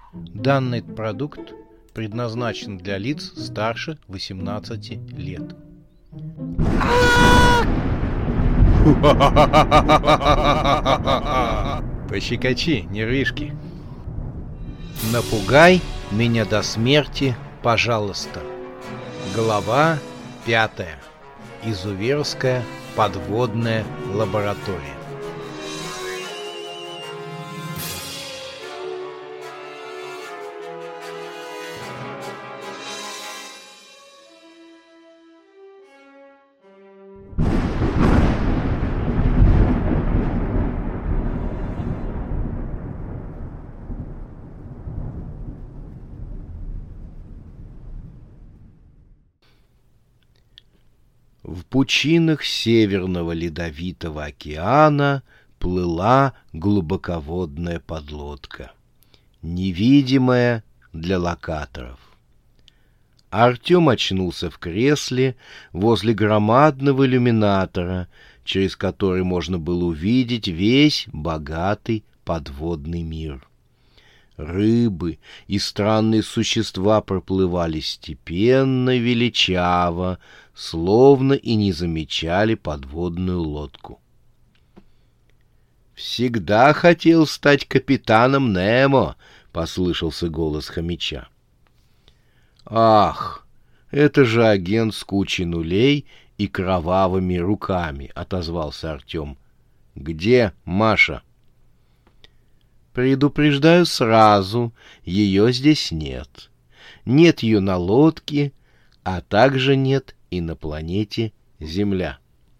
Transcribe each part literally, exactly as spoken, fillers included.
Данный продукт предназначен для лиц старше восемнадцати лет. Пощекочи нервишки. Напугай меня до смерти, пожалуйста. Глава пятая. Изуверская подводная лаборатория. В пучинах Северного Ледовитого океана плыла глубоководная подлодка, невидимая для локаторов. Артем очнулся в кресле возле громадного иллюминатора, через который можно было увидеть весь богатый подводный мир. Рыбы и странные существа проплывали степенно, величаво, словно и не замечали подводную лодку. «Всегда хотел стать капитаном Немо», — послышался голос хомяча. «Ах, это же агент с кучей нулей и кровавыми руками», — отозвался Артем. «Где Маша?» «Предупреждаю сразу, ее здесь нет. Нет ее на лодке, а также нет и на планете Земля».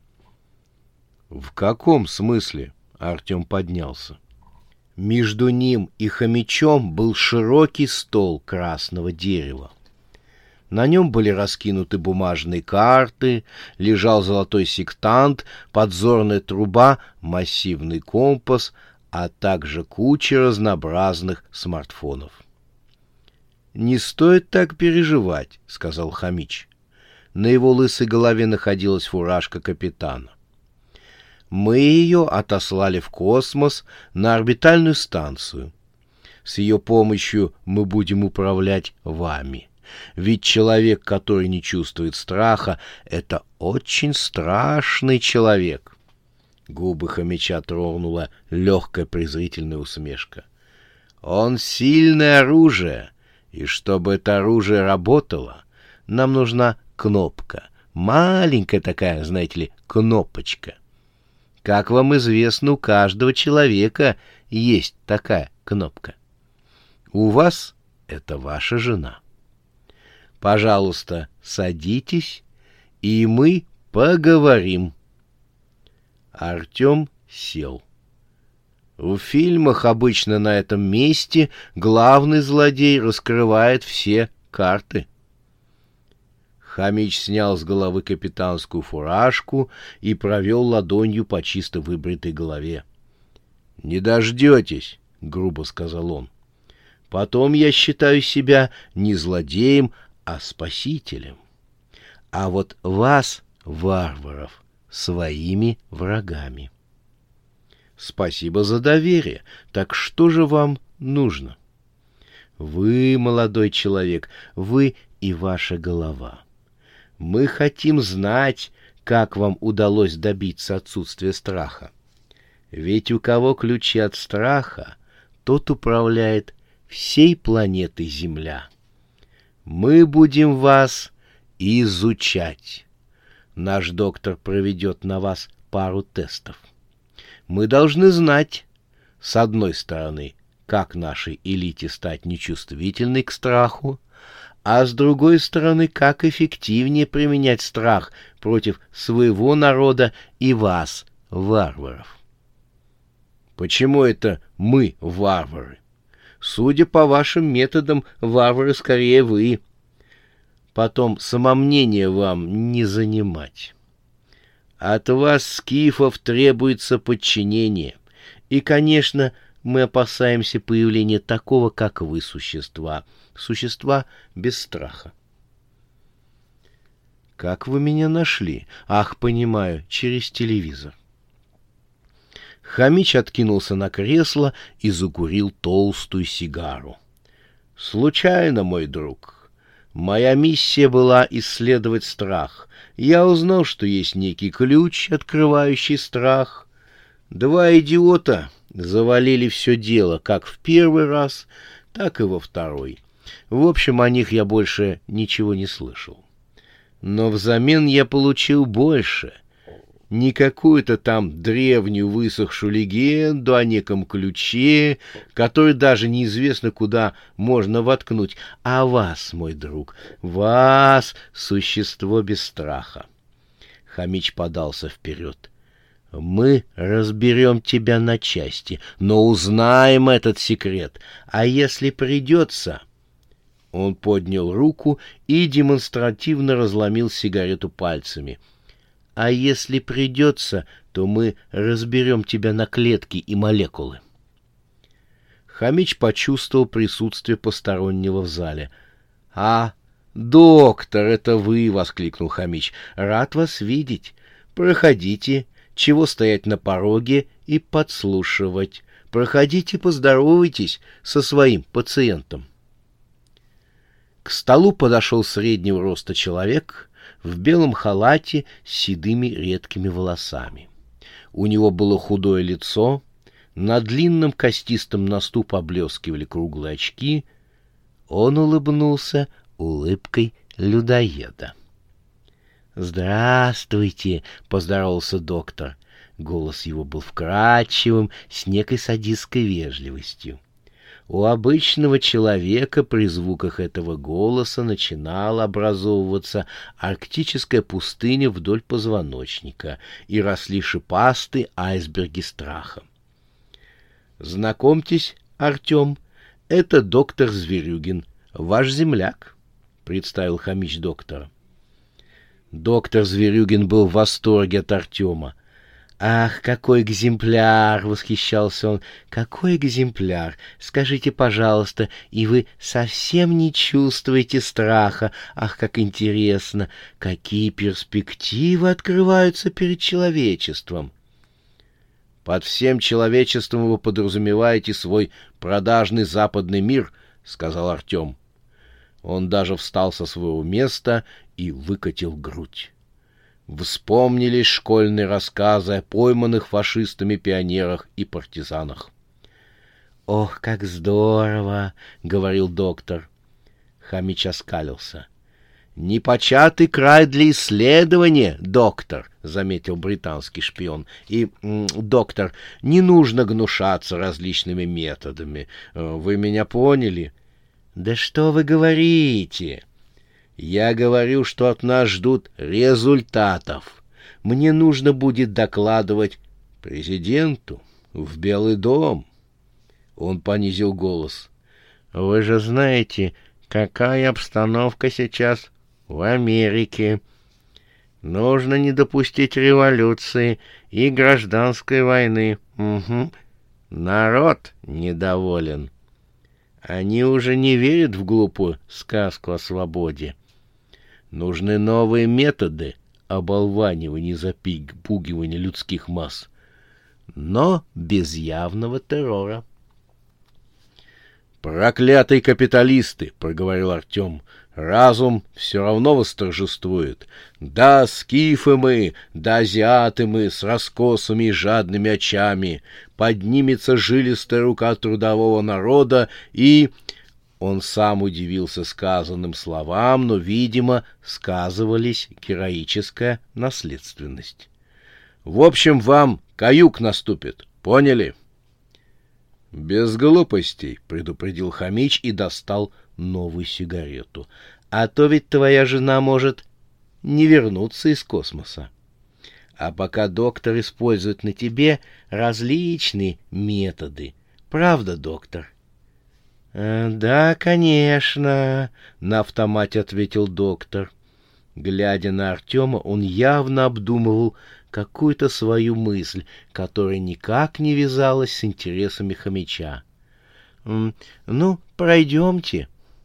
«В каком смысле?» — Артем поднялся. Между ним и хомячом был широкий стол красного дерева. На нем были раскинуты бумажные карты, лежал золотой сектант, подзорная труба, массивный компас, а также куча разнообразных смартфонов. «Не стоит так переживать», — сказал хомяч. На его лысой голове находилась фуражка капитана. «Мы ее отослали в космос на орбитальную станцию. С ее помощью мы будем управлять вами. Ведь человек, который не чувствует страха, — это очень страшный человек». Губы хомяча тронула легкая презрительная усмешка. «Он сильное оружие, и чтобы это оружие работало, нам нужна кнопка. Маленькая такая, знаете ли, кнопочка. Как вам известно, у каждого человека есть такая кнопка. У вас это ваша жена. Пожалуйста, садитесь, и мы поговорим». Артем сел. В фильмах обычно на этом месте главный злодей раскрывает все карты. Хомяч снял с головы капитанскую фуражку и провел ладонью по чисто выбритой голове. «Не дождетесь», — грубо сказал он. «Потом я считаю себя не злодеем, а спасителем. А вот вас, варваров, своими врагами. Спасибо за доверие. Так что же вам нужно? Вы, молодой человек, вы и ваша голова. Мы хотим знать, как вам удалось добиться отсутствия страха. Ведь у кого ключи от страха, тот управляет всей планетой Земля. Мы будем вас изучать. Наш доктор проведет на вас пару тестов. Мы должны знать, с одной стороны, как нашей элите стать нечувствительной к страху, а с другой стороны, как эффективнее применять страх против своего народа и вас, варваров. Почему это мы варвары? Судя по вашим методам, варвары скорее вы. Потом самомнение вам не занимать. От вас, скифов, требуется подчинение. И, конечно, мы опасаемся появления такого, как вы, существа. Существа без страха. Как вы меня нашли? Ах, понимаю, через телевизор. Хомяч откинулся на кресло и закурил толстую сигару. Случайно, мой друг. Моя миссия была исследовать страх. Я узнал, что есть некий ключ, открывающий страх. Два идиота завалили все дело как в первый раз, так и во второй. В общем, о них я больше ничего не слышал. Но взамен я получил больше. Не какую-то там древнюю высохшую легенду о неком ключе, который даже неизвестно куда можно воткнуть, а вас, мой друг, вас, существо без страха. Хомич подался вперед. Мы разберем тебя на части, но узнаем этот секрет, а если придется... Он поднял руку и демонстративно разломил сигарету пальцами. А если придется, то мы разберем тебя на клетки и молекулы. Хомич почувствовал присутствие постороннего в зале. — А, доктор, это вы! — воскликнул Хомич. — Рад вас видеть. Проходите. Чего стоять на пороге и подслушивать? Проходите, поздоровайтесь со своим пациентом. К столу подошел среднего роста человек в белом халате с седыми редкими волосами. У него было худое лицо, на длинном костистом носу поблескивали круглые очки. Он улыбнулся улыбкой людоеда. «Здравствуйте!» — поздоровался доктор. Голос его был вкрадчивым, с некой садистской вежливостью. У обычного человека при звуках этого голоса начинала образовываться арктическая пустыня вдоль позвоночника, и росли шипастые айсберги страха. «Знакомьтесь, Артем, это доктор Зверюгин, ваш земляк», — представил Хомич доктора. Доктор Зверюгин был в восторге от Артема. «Ах, какой экземпляр!» — восхищался он. «Какой экземпляр! Скажите, пожалуйста, и вы совсем не чувствуете страха? Ах, как интересно! Какие перспективы открываются перед человечеством!» «Под всем человечеством вы подразумеваете свой продажный западный мир», — сказал Артем. Он даже встал со своего места и выкатил грудь. Вспомнились школьные рассказы о пойманных фашистами пионерах и партизанах. «Ох, как здорово!» — говорил доктор. Хомич оскалился. «Непочатый край для исследования, доктор», — заметил британский шпион. «И, доктор, не нужно гнушаться различными методами. Вы меня поняли?» «Да что вы говорите?» «Я говорю, что от нас ждут результатов. Мне нужно будет докладывать президенту в Белый дом». Он понизил голос. «Вы же знаете, какая обстановка сейчас в Америке. Нужно не допустить революции и гражданской войны. Угу. Народ недоволен. Они уже не верят в глупую сказку о свободе. Нужны новые методы оболванивания и запугивания людских масс, но без явного террора». «Проклятые капиталисты!» — проговорил Артем. «Разум все равно восторжествует. Да, скифы мы, да азиаты мы с раскосыми и жадными очами. Поднимется жилистая рука трудового народа и...» Он сам удивился сказанным словам, но, видимо, сказывались героическая наследственность. «В общем, вам каюк наступит, поняли?» «Без глупостей», — предупредил Хомич и достал новую сигарету. «А то ведь твоя жена может не вернуться из космоса. А пока доктор использует на тебе различные методы. Правда, доктор?» «Да, конечно», — на автомате ответил доктор. Глядя на Артема, он явно обдумывал какую-то свою мысль, которая никак не вязалась с интересами Хомича. «Ну, пройдемте».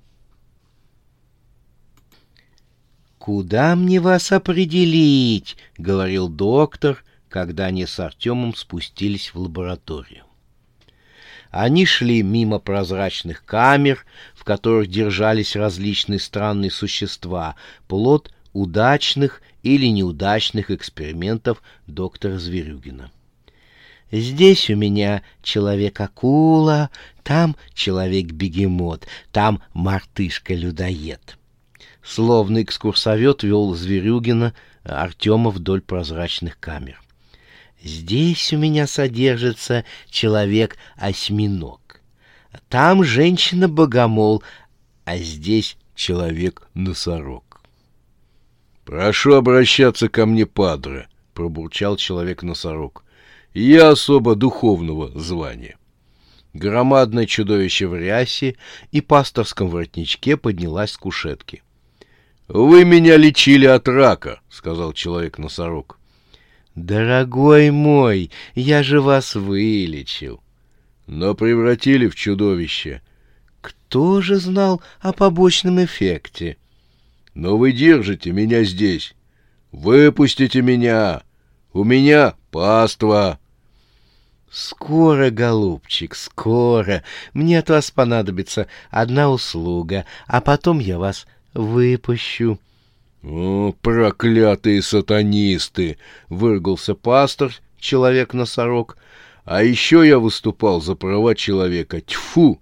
«Куда мне вас определить?» — говорил доктор, когда они с Артемом спустились в лабораторию. Они шли мимо прозрачных камер, в которых держались различные странные существа, плод удачных или неудачных экспериментов доктора Зверюгина. Здесь у меня человек-акула, там человек-бегемот, там мартышка-людоед. Словно экскурсовед вел Зверюгина Артема вдоль прозрачных камер. Здесь у меня содержится человек-осьминог. Там женщина-богомол, а здесь человек-носорог. — Прошу обращаться ко мне, падре, — пробурчал человек-носорог. — Я особо духовного звания. Громадное чудовище в рясе и пасторском воротничке поднялась с кушетки. — Вы меня лечили от рака, — сказал человек-носорог. — Дорогой мой, я же вас вылечил. — Но превратили в чудовище. — Кто же знал о побочном эффекте? — Но вы держите меня здесь. Выпустите меня. У меня паства. — Скоро, голубчик, скоро. Мне от вас понадобится одна услуга, а потом я вас выпущу. — О, проклятые сатанисты! — выругался пастор, человек-носорог. — А еще я выступал за права человека. Тьфу!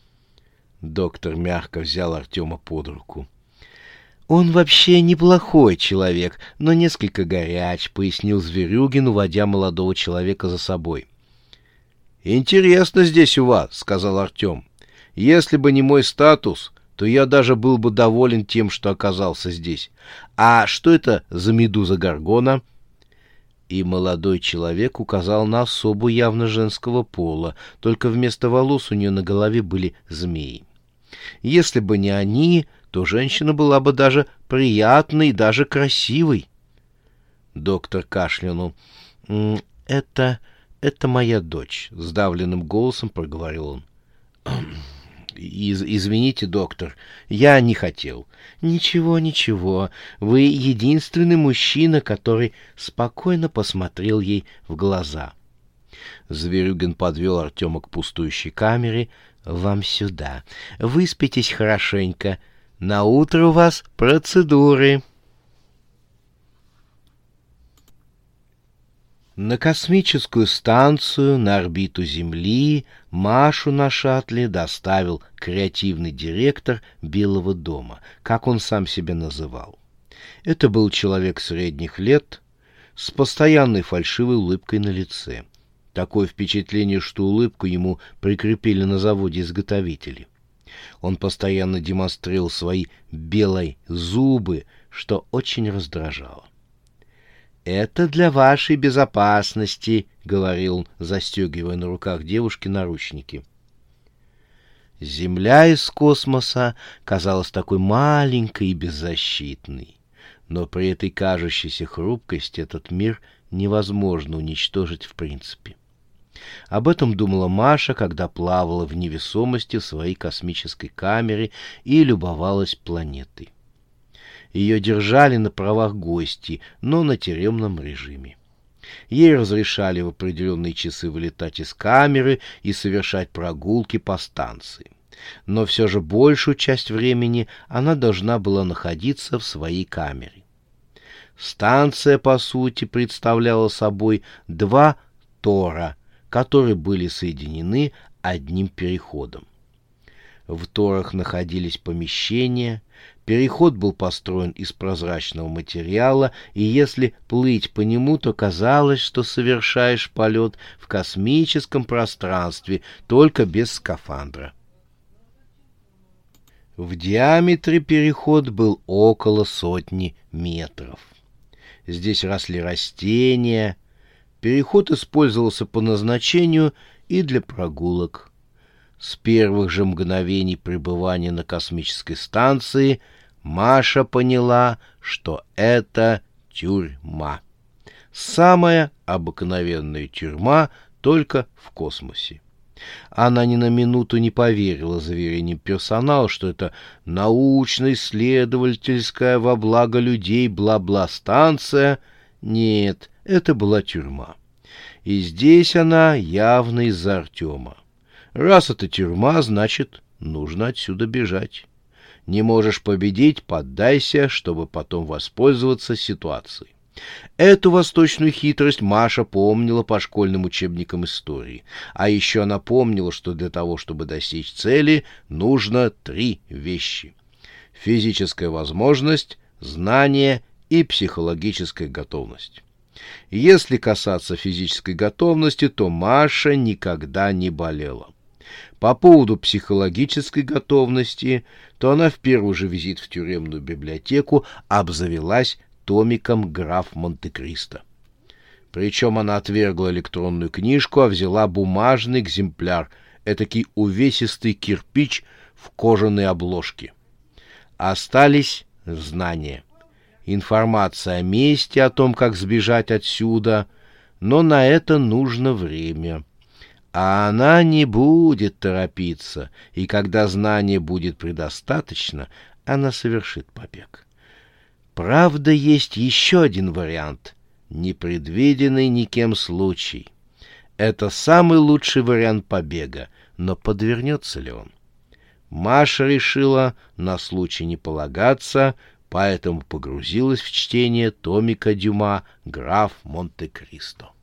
Доктор мягко взял Артема под руку. — Он вообще неплохой человек, но несколько горяч, — пояснил Зверюгин, уводя молодого человека за собой. — Интересно здесь у вас, — сказал Артем. — Если бы не мой статус, то я даже был бы доволен тем, что оказался здесь. А что это за медуза Горгона? И молодой человек указал на особу явно женского пола, только вместо волос у нее на голове были змеи. Если бы не они, то женщина была бы даже приятной и даже красивой. Доктор кашлянул. — Это... это моя дочь, — сдавленным голосом проговорил он. Из, извините, доктор, я не хотел. Ничего, ничего. Вы единственный мужчина, который спокойно посмотрел ей в глаза. Зверюгин подвел Артема к пустующей камере. Вам сюда. Выспитесь хорошенько. На утро у вас процедуры. На космическую станцию, на орбиту Земли, Машу на шаттле доставил креативный директор Белого дома, как он сам себя называл. Это был человек средних лет с постоянной фальшивой улыбкой на лице. Такое впечатление, что улыбку ему прикрепили на заводе изготовители. Он постоянно демонстрировал свои белые зубы, что очень раздражало. «Это для вашей безопасности», — говорил он, застегивая на руках девушки наручники. Земля из космоса казалась такой маленькой и беззащитной, но при этой кажущейся хрупкости этот мир невозможно уничтожить в принципе. Об этом думала Маша, когда плавала в невесомости в своей космической камере и любовалась планетой. Ее держали на правах гостей, но на тюремном режиме. Ей разрешали в определенные часы вылетать из камеры и совершать прогулки по станции. Но все же большую часть времени она должна была находиться в своей камере. Станция, по сути, представляла собой два тора, которые были соединены одним переходом. В торах находились помещения. Переход был построен из прозрачного материала, и если плыть по нему, то казалось, что совершаешь полет в космическом пространстве, только без скафандра. В диаметре переход был около сотни метров. Здесь росли растения. Переход использовался по назначению и для прогулок. С первых же мгновений пребывания на космической станции Маша поняла, что это тюрьма. Самая обыкновенная тюрьма, только в космосе. Она ни на минуту не поверила заверениям персонала, что это научно-исследовательская во благо людей бла-бла станция. Нет, это была тюрьма. И здесь она явно из-за Артема. Раз это тюрьма, значит, нужно отсюда бежать. Не можешь победить — поддайся, чтобы потом воспользоваться ситуацией. Эту восточную хитрость Маша помнила по школьным учебникам истории. А еще она помнила, что для того, чтобы достичь цели, нужно три вещи: физическая возможность, знание и психологическая готовность. Если касаться физической готовности, то Маша никогда не болела. По поводу психологической готовности, то она в первый же визит в тюремную библиотеку обзавелась томиком «Граф Монте-Кристо». Причем она отвергла электронную книжку, а взяла бумажный экземпляр, этакий увесистый кирпич в кожаной обложке. Остались знания. Информация о месте, о том, как сбежать отсюда, но на это нужно время. А она не будет торопиться, и когда знания будет предостаточно, она совершит побег. Правда, есть еще один вариант, непредвиденный никем случай. Это самый лучший вариант побега, но подвернется ли он? Маша решила на случай не полагаться, поэтому погрузилась в чтение томика Дюма «Граф Монте-Кристо».